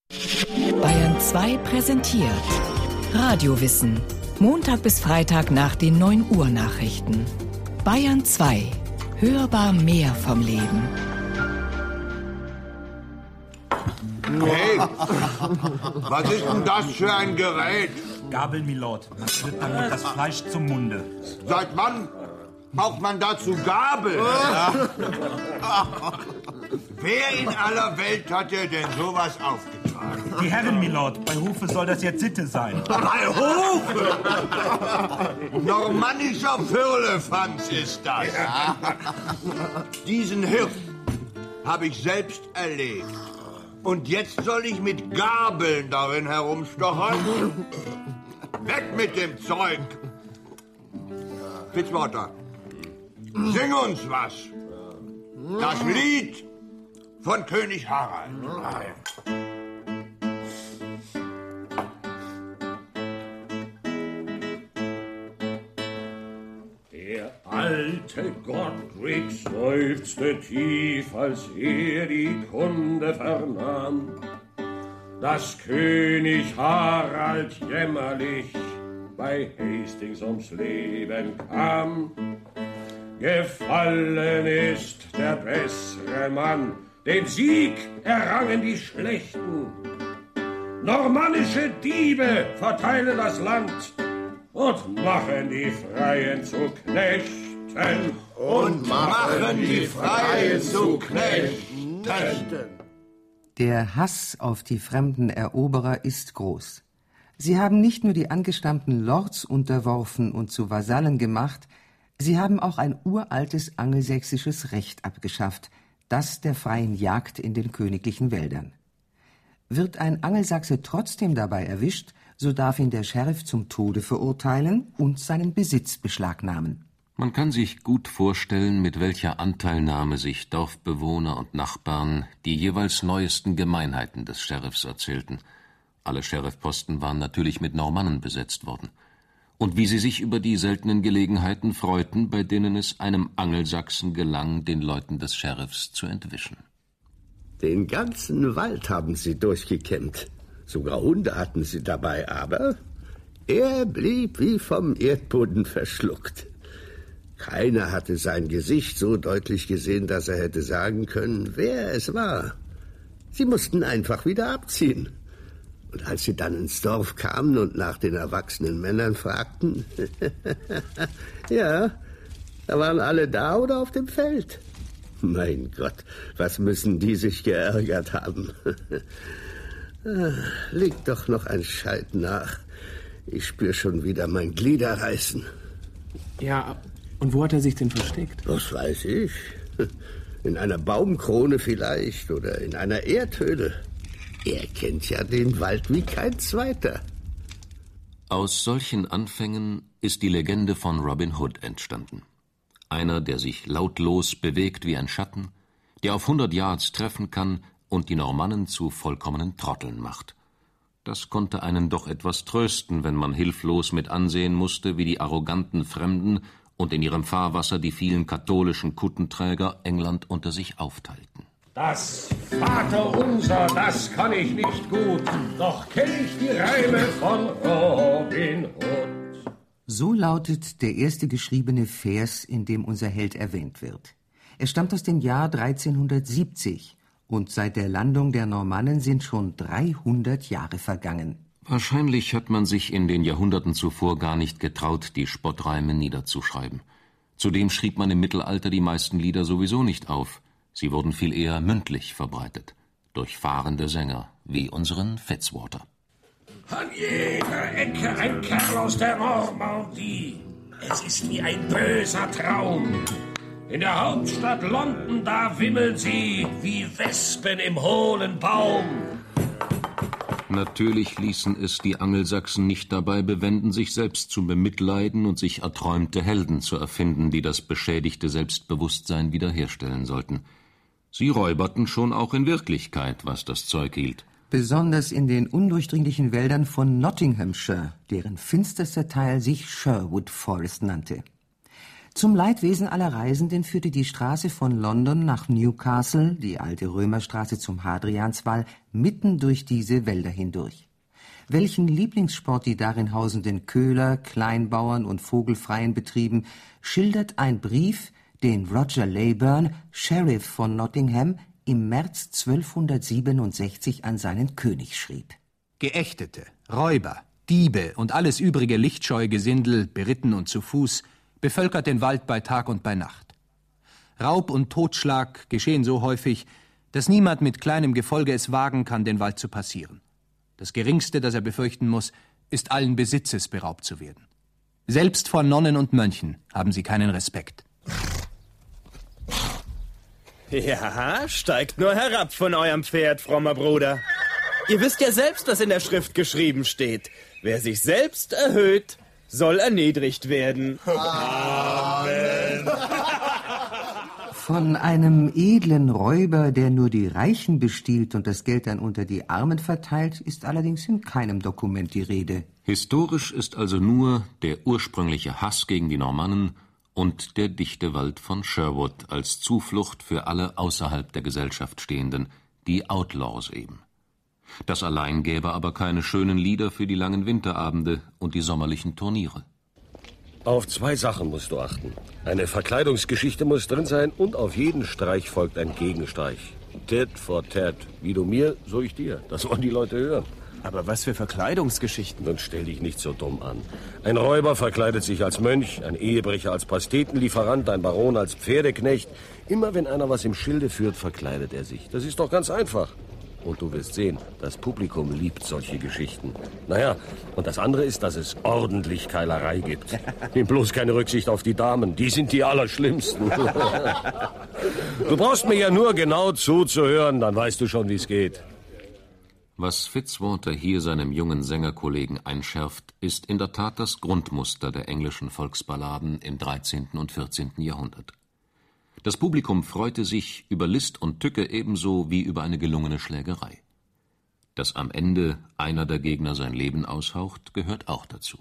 Bayern 2 präsentiert Radiowissen. Montag bis Freitag nach den 9 Uhr Nachrichten. Bayern 2. Hörbar mehr vom Leben. Hey, was ist denn das für ein Gerät? Gabel, Milord. Man führt damit das Fleisch zum Munde. Seit wann braucht man dazu Gabel? Wer in aller Welt hat dir denn sowas aufgetragen? Die Herren, Milord. Bei Hofe soll das jetzt Sitte sein. Bei Hofe? Normannischer Firlefanz ist das. Diesen Hirt habe ich selbst erlegt. Und jetzt soll ich mit Gabeln darin herumstochern? Weg mit dem Zeug! Fitzwater, sing uns was. Das Lied von König Harald. Der alte Godric seufzte tief, als die Kunde vernahm, dass König Harald jämmerlich bei Hastings ums Leben kam. Gefallen ist der bessere Mann, den Sieg errangen die Schlechten. Normannische Diebe verteilen das Land und machen die Freien zu Knechten. Und machen die Freien zu Knechten. Der Hass auf die fremden Eroberer ist groß. Sie haben nicht nur die angestammten Lords unterworfen und zu Vasallen gemacht, sie haben auch ein uraltes angelsächsisches Recht abgeschafft, das der freien Jagd in den königlichen Wäldern. Wird ein Angelsachse trotzdem dabei erwischt, so darf ihn der Sheriff zum Tode verurteilen und seinen Besitz beschlagnahmen. Man kann sich gut vorstellen, mit welcher Anteilnahme sich Dorfbewohner und Nachbarn die jeweils neuesten Gemeinheiten des Sheriffs erzählten. Alle Sheriffposten waren natürlich mit Normannen besetzt worden. Und wie sie sich über die seltenen Gelegenheiten freuten, bei denen es einem Angelsachsen gelang, den Leuten des Sheriffs zu entwischen. Den ganzen Wald haben sie durchgekämmt. Sogar Hunde hatten sie dabei, aber er blieb wie vom Erdboden verschluckt. Keiner hatte sein Gesicht so deutlich gesehen, dass er hätte sagen können, wer es war. Sie mussten einfach wieder abziehen. Und als sie dann ins Dorf kamen und nach den erwachsenen Männern fragten, ja, da waren alle da oder auf dem Feld. Mein Gott, was müssen die sich geärgert haben. Liegt doch noch ein Scheit nach. Ich spür schon wieder mein Gliederreißen. Ja, und wo hat er sich denn versteckt? Was weiß ich. In einer Baumkrone vielleicht oder in einer Erdhöhle. Er kennt ja den Wald wie kein zweiter. Aus solchen Anfängen ist die Legende von Robin Hood entstanden. Einer, der sich lautlos bewegt wie ein Schatten, der auf 100 Yards treffen kann und die Normannen zu vollkommenen Trotteln macht. Das konnte einen doch etwas trösten, wenn man hilflos mit ansehen musste, wie die arroganten Fremden und in ihrem Fahrwasser die vielen katholischen Kuttenträger England unter sich aufteilten. Das Vaterunser, das kann ich nicht gut, doch kenn ich die Reime von Robin Hood. So lautet der erste geschriebene Vers, in dem unser Held erwähnt wird. Er stammt aus dem Jahr 1370 und seit der Landung der Normannen sind schon 300 Jahre vergangen. Wahrscheinlich hat man sich in den Jahrhunderten zuvor gar nicht getraut, die Spottreime niederzuschreiben. Zudem schrieb man im Mittelalter die meisten Lieder sowieso nicht auf. Sie wurden viel eher mündlich verbreitet, durch fahrende Sänger, wie unseren Fitzwater. An jeder Ecke ein Kerl aus der Normandie. Es ist wie ein böser Traum. In der Hauptstadt London, da wimmeln sie wie Wespen im hohlen Baum. Natürlich ließen es die Angelsachsen nicht dabei bewenden, sich selbst zu bemitleiden und sich erträumte Helden zu erfinden, die das beschädigte Selbstbewusstsein wiederherstellen sollten. Sie räuberten schon auch in Wirklichkeit, was das Zeug hielt. Besonders in den undurchdringlichen Wäldern von Nottinghamshire, deren finsterster Teil sich Sherwood Forest nannte. Zum Leidwesen aller Reisenden führte die Straße von London nach Newcastle, die alte Römerstraße zum Hadrianswall, mitten durch diese Wälder hindurch. Welchen Lieblingssport die darin hausenden Köhler, Kleinbauern und Vogelfreien betrieben, schildert ein Brief, den Roger Leyburn, Sheriff von Nottingham, im März 1267 an seinen König schrieb. Geächtete, Räuber, Diebe und alles übrige lichtscheue Gesindel, beritten und zu Fuß, bevölkert den Wald bei Tag und bei Nacht. Raub und Totschlag geschehen so häufig, dass niemand mit kleinem Gefolge es wagen kann, den Wald zu passieren. Das Geringste, das er befürchten muss, ist allen Besitzes beraubt zu werden. Selbst vor Nonnen und Mönchen haben sie keinen Respekt. Ja, steigt nur herab von eurem Pferd, frommer Bruder. Ihr wisst ja selbst, was in der Schrift geschrieben steht. Wer sich selbst erhöht, soll erniedrigt werden. Amen. Von einem edlen Räuber, der nur die Reichen bestiehlt und das Geld dann unter die Armen verteilt, ist allerdings in keinem Dokument die Rede. Historisch ist also nur der ursprüngliche Hass gegen die Normannen und der dichte Wald von Sherwood als Zuflucht für alle außerhalb der Gesellschaft Stehenden, die Outlaws eben. Das allein gäbe aber keine schönen Lieder für die langen Winterabende und die sommerlichen Turniere. Auf 2 Sachen musst du achten. Eine Verkleidungsgeschichte muss drin sein und auf jeden Streich folgt ein Gegenstreich. Tit for tat. Wie du mir, so ich dir. Das wollen die Leute hören. Aber was für Verkleidungsgeschichten? Nun stell dich nicht so dumm an. Ein Räuber verkleidet sich als Mönch, ein Ehebrecher als Pastetenlieferant, ein Baron als Pferdeknecht. Immer wenn einer was im Schilde führt, verkleidet er sich. Das ist doch ganz einfach. Und du wirst sehen, das Publikum liebt solche Geschichten. Naja, und das andere ist, dass es ordentlich Keilerei gibt. Nimm bloß keine Rücksicht auf die Damen, die sind die Allerschlimmsten. Du brauchst mir ja nur genau zuzuhören, dann weißt du schon, wie es geht. Was Fitzwater hier seinem jungen Sängerkollegen einschärft, ist in der Tat das Grundmuster der englischen Volksballaden im 13. und 14. Jahrhundert. Das Publikum freute sich über List und Tücke ebenso wie über eine gelungene Schlägerei. Dass am Ende einer der Gegner sein Leben aushaucht, gehört auch dazu.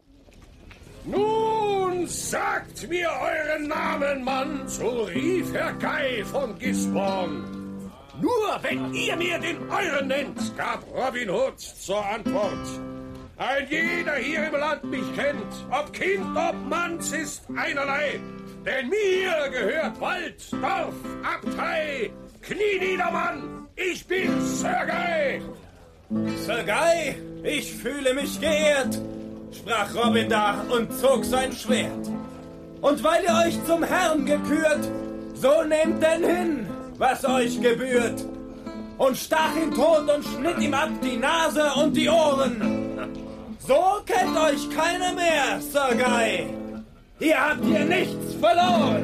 Nun sagt mir euren Namen, Mann, so rief Herr Guy von Gisborne. Nur wenn ihr mir den euren nennt, gab Robin Hood zur Antwort. Ein jeder hier im Land mich kennt, ob Kind, ob Manns, ist einerlei. Denn mir gehört Wald, Dorf, Abtei. Knie nieder, Mann, ich bin Sir Guy. Sir Guy, ich fühle mich geehrt, sprach Robin da und zog sein Schwert. Und weil ihr euch zum Herrn gekürt, so nehmt denn hin, was euch gebührt. Und stach ihn tot und schnitt ihm ab die Nase und die Ohren. So kennt euch keiner mehr, Sir Guy. Hier habt ihr nichts verloren.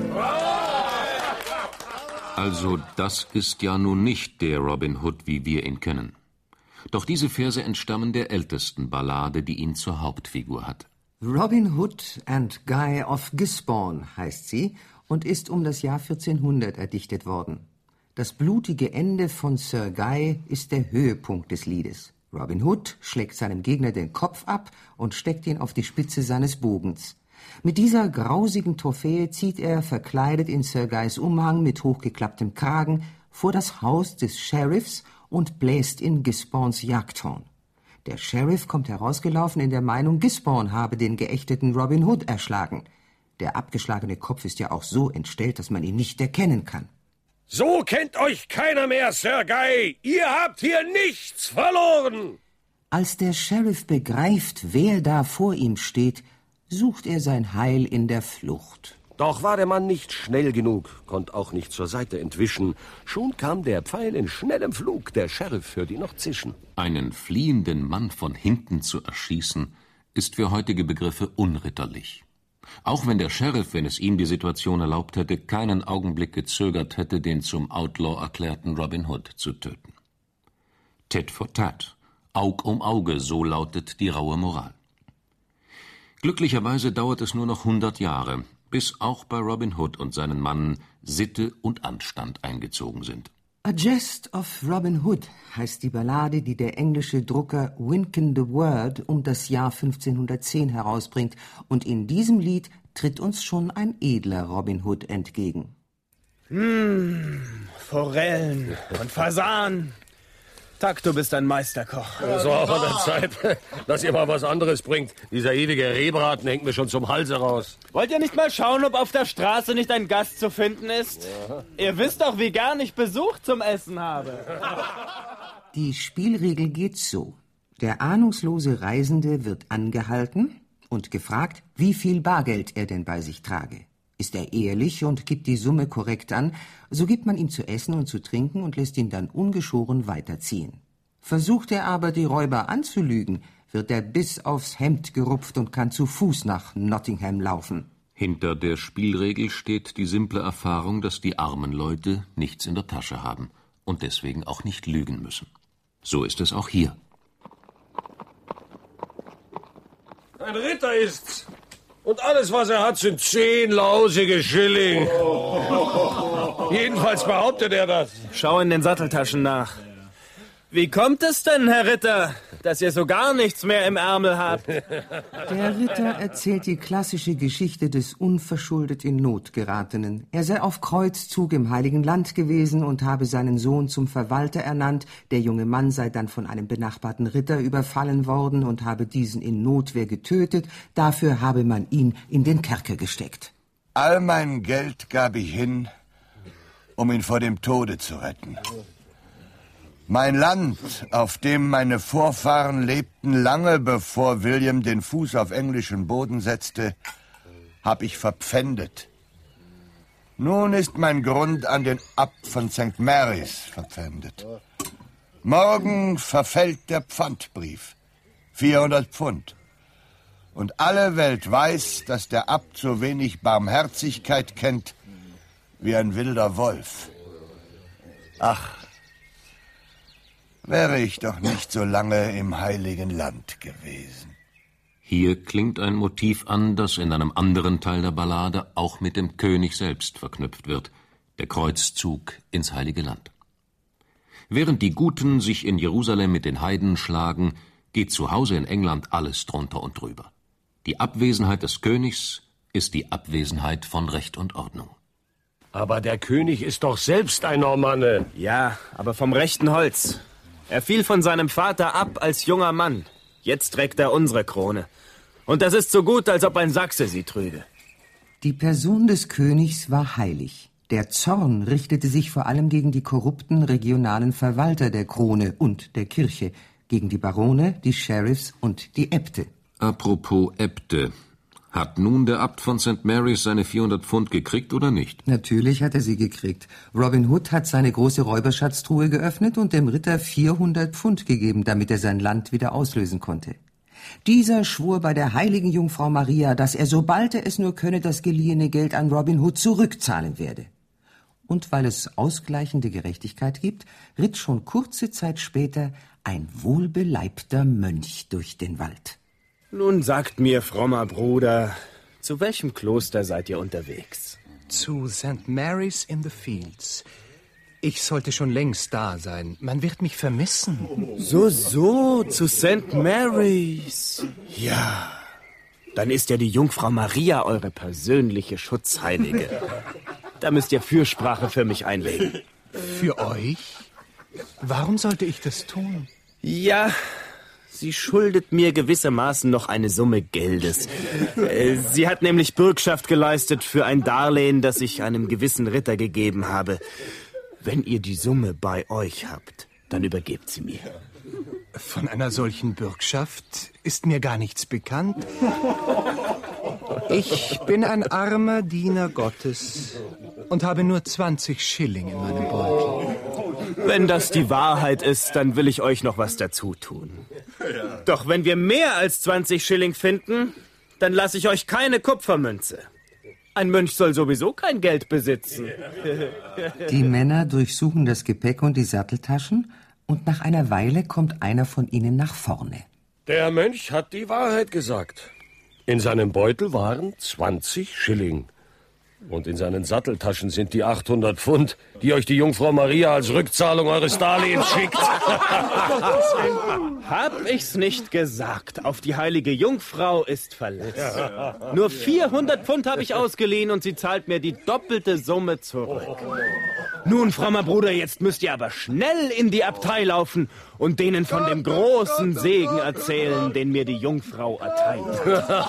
Also das ist ja nun nicht der Robin Hood, wie wir ihn kennen. Doch diese Verse entstammen der ältesten Ballade, die ihn zur Hauptfigur hat. Robin Hood and Guy of Gisborne heißt sie und ist um das Jahr 1400 erdichtet worden. Das blutige Ende von Sir Guy ist der Höhepunkt des Liedes. Robin Hood schlägt seinem Gegner den Kopf ab und steckt ihn auf die Spitze seines Bogens. Mit dieser grausigen Trophäe zieht er, verkleidet in Sir Guys Umhang mit hochgeklapptem Kragen, vor das Haus des Sheriffs und bläst in Gisbornes Jagdhorn. Der Sheriff kommt herausgelaufen in der Meinung, Gisborne habe den geächteten Robin Hood erschlagen. Der abgeschlagene Kopf ist ja auch so entstellt, dass man ihn nicht erkennen kann. So kennt euch keiner mehr, Sir Guy. Ihr habt hier nichts verloren. Als der Sheriff begreift, wer da vor ihm steht, sucht er sein Heil in der Flucht. Doch war der Mann nicht schnell genug, konnte auch nicht zur Seite entwischen. Schon kam der Pfeil in schnellem Flug, der Sheriff hört ihn noch zischen. Einen fliehenden Mann von hinten zu erschießen, ist für heutige Begriffe unritterlich. Auch wenn der Sheriff, wenn es ihm die Situation erlaubt hätte, keinen Augenblick gezögert hätte, den zum Outlaw erklärten Robin Hood zu töten. Tit for tat, Aug um Auge, so lautet die raue Moral. Glücklicherweise dauert es nur noch 100 Jahre, bis auch bei Robin Hood und seinen Mannen Sitte und Anstand eingezogen sind. A Jest of Robin Hood heißt die Ballade, die der englische Drucker Wynkin the Word um das Jahr 1510 herausbringt und in diesem Lied tritt uns schon ein edler Robin Hood entgegen. Forellen und Fasan. Tack, du bist ein Meisterkoch. So auch an der Zeit, dass ihr mal was anderes bringt. Dieser ewige Rehbraten hängt mir schon zum Halse raus. Wollt ihr nicht mal schauen, ob auf der Straße nicht ein Gast zu finden ist? Ja. Ihr wisst doch, wie gern ich Besuch zum Essen habe. Die Spielregel geht so. Der ahnungslose Reisende wird angehalten und gefragt, wie viel Bargeld er denn bei sich trage. Ist er ehrlich und gibt die Summe korrekt an, so gibt man ihm zu essen und zu trinken und lässt ihn dann ungeschoren weiterziehen. Versucht er aber, die Räuber anzulügen, wird er bis aufs Hemd gerupft und kann zu Fuß nach Nottingham laufen. Hinter der Spielregel steht die simple Erfahrung, dass die armen Leute nichts in der Tasche haben und deswegen auch nicht lügen müssen. So ist es auch hier. Ein Ritter ist's. Und alles, was er hat, sind 10 lausige Schilling. Jedenfalls behauptet er das. Schau in den Satteltaschen nach. Wie kommt es denn, Herr Ritter, dass ihr so gar nichts mehr im Ärmel habt? Der Ritter erzählt die klassische Geschichte des unverschuldet in Not geratenen. Er sei auf Kreuzzug im Heiligen Land gewesen und habe seinen Sohn zum Verwalter ernannt. Der junge Mann sei dann von einem benachbarten Ritter überfallen worden und habe diesen in Notwehr getötet. Dafür habe man ihn in den Kerker gesteckt. All mein Geld gab ich hin, um ihn vor dem Tode zu retten. Mein Land, auf dem meine Vorfahren lebten, lange bevor William den Fuß auf englischen Boden setzte, hab ich verpfändet. Nun ist mein Grund an den Abt von St. Mary's verpfändet. Morgen verfällt der Pfandbrief, 400 Pfund. Und alle Welt weiß, dass der Abt so wenig Barmherzigkeit kennt wie ein wilder Wolf. Ach, wäre ich doch nicht so lange im Heiligen Land gewesen. Hier klingt ein Motiv an, das in einem anderen Teil der Ballade auch mit dem König selbst verknüpft wird, der Kreuzzug ins Heilige Land. Während die Guten sich in Jerusalem mit den Heiden schlagen, geht zu Hause in England alles drunter und drüber. Die Abwesenheit des Königs ist die Abwesenheit von Recht und Ordnung. Aber der König ist doch selbst ein Normanne. Ja, aber vom rechten Holz. Er fiel von seinem Vater ab als junger Mann. Jetzt trägt er unsere Krone. Und das ist so gut, als ob ein Sachse sie trüge. Die Person des Königs war heilig. Der Zorn richtete sich vor allem gegen die korrupten regionalen Verwalter der Krone und der Kirche, gegen die Barone, die Sheriffs und die Äbte. Apropos Äbte. Hat nun der Abt von St. Mary's seine 400 Pfund gekriegt oder nicht? Natürlich hat er sie gekriegt. Robin Hood hat seine große Räuberschatztruhe geöffnet und dem Ritter 400 Pfund gegeben, damit er sein Land wieder auslösen konnte. Dieser schwor bei der heiligen Jungfrau Maria, dass er, sobald er es nur könne, das geliehene Geld an Robin Hood zurückzahlen werde. Und weil es ausgleichende Gerechtigkeit gibt, ritt schon kurze Zeit später ein wohlbeleibter Mönch durch den Wald. Nun sagt mir, frommer Bruder, zu welchem Kloster seid ihr unterwegs? Zu St. Mary's in the Fields. Ich sollte schon längst da sein. Man wird mich vermissen. So, zu St. Mary's. Ja, dann ist ja die Jungfrau Maria eure persönliche Schutzheilige. Da müsst ihr Fürsprache für mich einlegen. Für euch? Warum sollte ich das tun? Ja, sie schuldet mir gewissermaßen noch eine Summe Geldes. Sie hat nämlich Bürgschaft geleistet für ein Darlehen, das ich einem gewissen Ritter gegeben habe. Wenn ihr die Summe bei euch habt, dann übergebt sie mir. Von einer solchen Bürgschaft ist mir gar nichts bekannt. Ich bin ein armer Diener Gottes und habe nur 20 Schilling in meinem Beutel. Wenn das die Wahrheit ist, dann will ich euch noch was dazu tun. Doch wenn wir mehr als 20 Schilling finden, dann lasse ich euch keine Kupfermünze. Ein Mönch soll sowieso kein Geld besitzen. Die Männer durchsuchen das Gepäck und die Satteltaschen und nach einer Weile kommt einer von ihnen nach vorne. Der Mönch hat die Wahrheit gesagt. In seinem Beutel waren 20 Schilling. Und in seinen Satteltaschen sind die 800 Pfund, die euch die Jungfrau Maria als Rückzahlung eures Darlehens schickt. Hab ich's nicht gesagt? Auf die heilige Jungfrau ist verletzt. Nur 400 Pfund habe ich ausgeliehen und sie zahlt mir die doppelte Summe zurück. Nun, frommer Bruder, jetzt müsst ihr aber schnell in die Abtei laufen und denen von dem großen Segen erzählen, den mir die Jungfrau erteilt.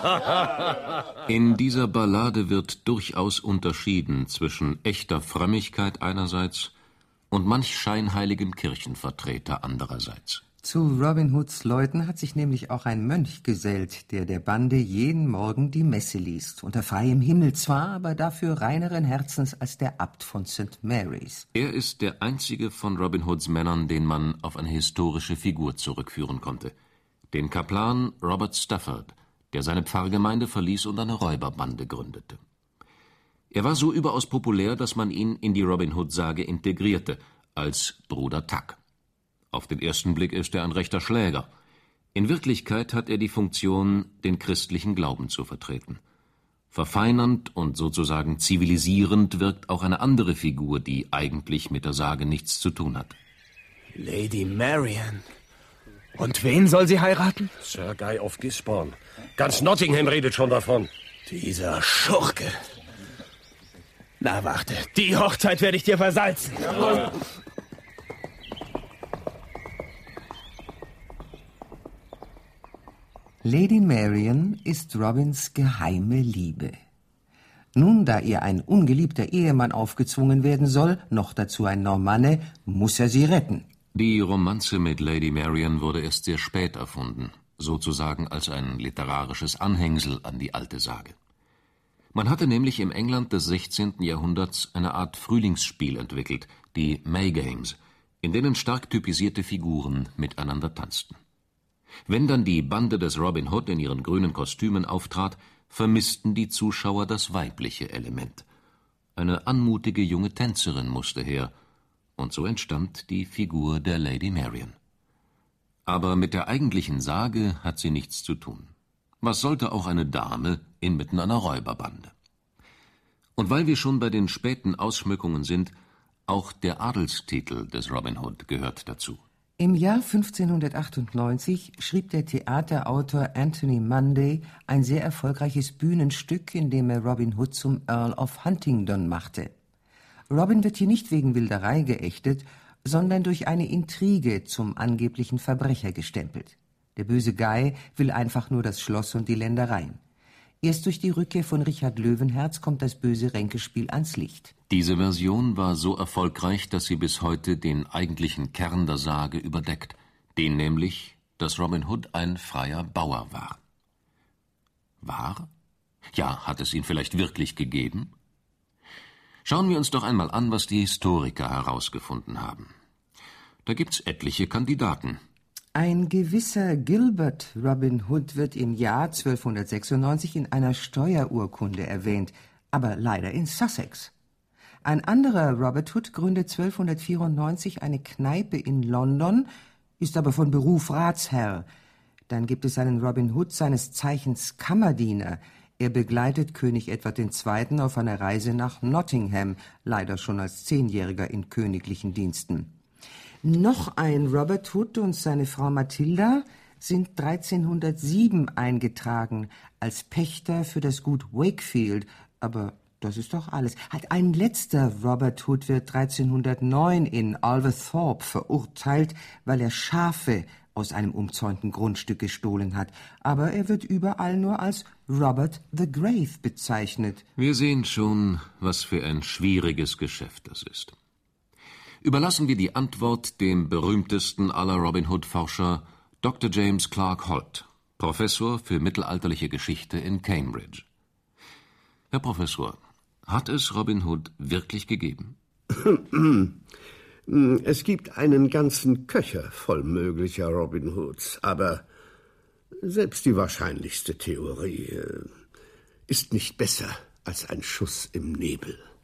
In dieser Ballade wird durchaus unterschieden zwischen echter Frömmigkeit einerseits und manch scheinheiligem Kirchenvertreter andererseits. Zu Robin Hoods Leuten hat sich nämlich auch ein Mönch gesellt, der der Bande jeden Morgen die Messe liest, unter freiem Himmel zwar, aber dafür reineren Herzens als der Abt von St. Mary's. Er ist der einzige von Robin Hoods Männern, den man auf eine historische Figur zurückführen konnte. Den Kaplan Robert Stafford, der seine Pfarrgemeinde verließ und eine Räuberbande gründete. Er war so überaus populär, dass man ihn in die Robin Hood-Sage integrierte, als Bruder Tuck. Auf den ersten Blick ist er ein rechter Schläger. In Wirklichkeit hat er die Funktion, den christlichen Glauben zu vertreten. Verfeinernd und sozusagen zivilisierend wirkt auch eine andere Figur, die eigentlich mit der Sage nichts zu tun hat. Lady Marian. Und wen soll sie heiraten? Sir Guy of Gisborne. Ganz Nottingham redet schon davon. Dieser Schurke. Na, warte. Die Hochzeit werde ich dir versalzen. Lady Marian ist Robins geheime Liebe. Nun, da ihr ein ungeliebter Ehemann aufgezwungen werden soll, noch dazu ein Normanne, muss er sie retten. Die Romanze mit Lady Marian wurde erst sehr spät erfunden, sozusagen als ein literarisches Anhängsel an die alte Sage. Man hatte nämlich im England des 16. Jahrhunderts eine Art Frühlingsspiel entwickelt, die May Games, in denen stark typisierte Figuren miteinander tanzten. Wenn dann die Bande des Robin Hood in ihren grünen Kostümen auftrat, vermissten die Zuschauer das weibliche Element. Eine anmutige junge Tänzerin musste her, und so entstand die Figur der Lady Marian. Aber mit der eigentlichen Sage hat sie nichts zu tun. Was sollte auch eine Dame inmitten einer Räuberbande? Und weil wir schon bei den späten Ausschmückungen sind, auch der Adelstitel des Robin Hood gehört dazu. Im Jahr 1598 schrieb der Theaterautor Anthony Munday ein sehr erfolgreiches Bühnenstück, in dem er Robin Hood zum Earl of Huntingdon machte. Robin wird hier nicht wegen Wilderei geächtet, sondern durch eine Intrige zum angeblichen Verbrecher gestempelt. Der böse Guy will einfach nur das Schloss und die Ländereien. Erst durch die Rückkehr von Richard Löwenherz kommt das böse Ränkespiel ans Licht. Diese Version war so erfolgreich, dass sie bis heute den eigentlichen Kern der Sage überdeckt, den nämlich, dass Robin Hood ein freier Bauer war. War? Ja, hat es ihn vielleicht wirklich gegeben? Schauen wir uns doch einmal an, was die Historiker herausgefunden haben. Da gibt's etliche Kandidaten. Ein gewisser Gilbert Robin Hood wird im Jahr 1296 in einer Steuerurkunde erwähnt, aber leider in Sussex. Ein anderer Robert Hood gründet 1294 eine Kneipe in London, ist aber von Beruf Ratsherr. Dann gibt es einen Robin Hood, seines Zeichens Kammerdiener. Er begleitet König Edward II. Auf einer Reise nach Nottingham, leider schon als 10-Jähriger in königlichen Diensten. Noch ein Robert Hood und seine Frau Matilda sind 1307 eingetragen als Pächter für das Gut Wakefield, aber das ist doch alles. Ein letzter Robert Hood wird 1309 in Alvethorpe verurteilt, weil er Schafe aus einem umzäunten Grundstück gestohlen hat. Aber er wird überall nur als Robert the Grave bezeichnet. Wir sehen schon, was für ein schwieriges Geschäft das ist. Überlassen wir die Antwort dem berühmtesten aller Robin Hood-Forscher, Dr. James Clark Holt, Professor für mittelalterliche Geschichte in Cambridge. Herr Professor, hat es Robin Hood wirklich gegeben? Es gibt einen ganzen Köcher voll möglicher Robin Hoods, aber selbst die wahrscheinlichste Theorie ist nicht besser als ein Schuss im Nebel.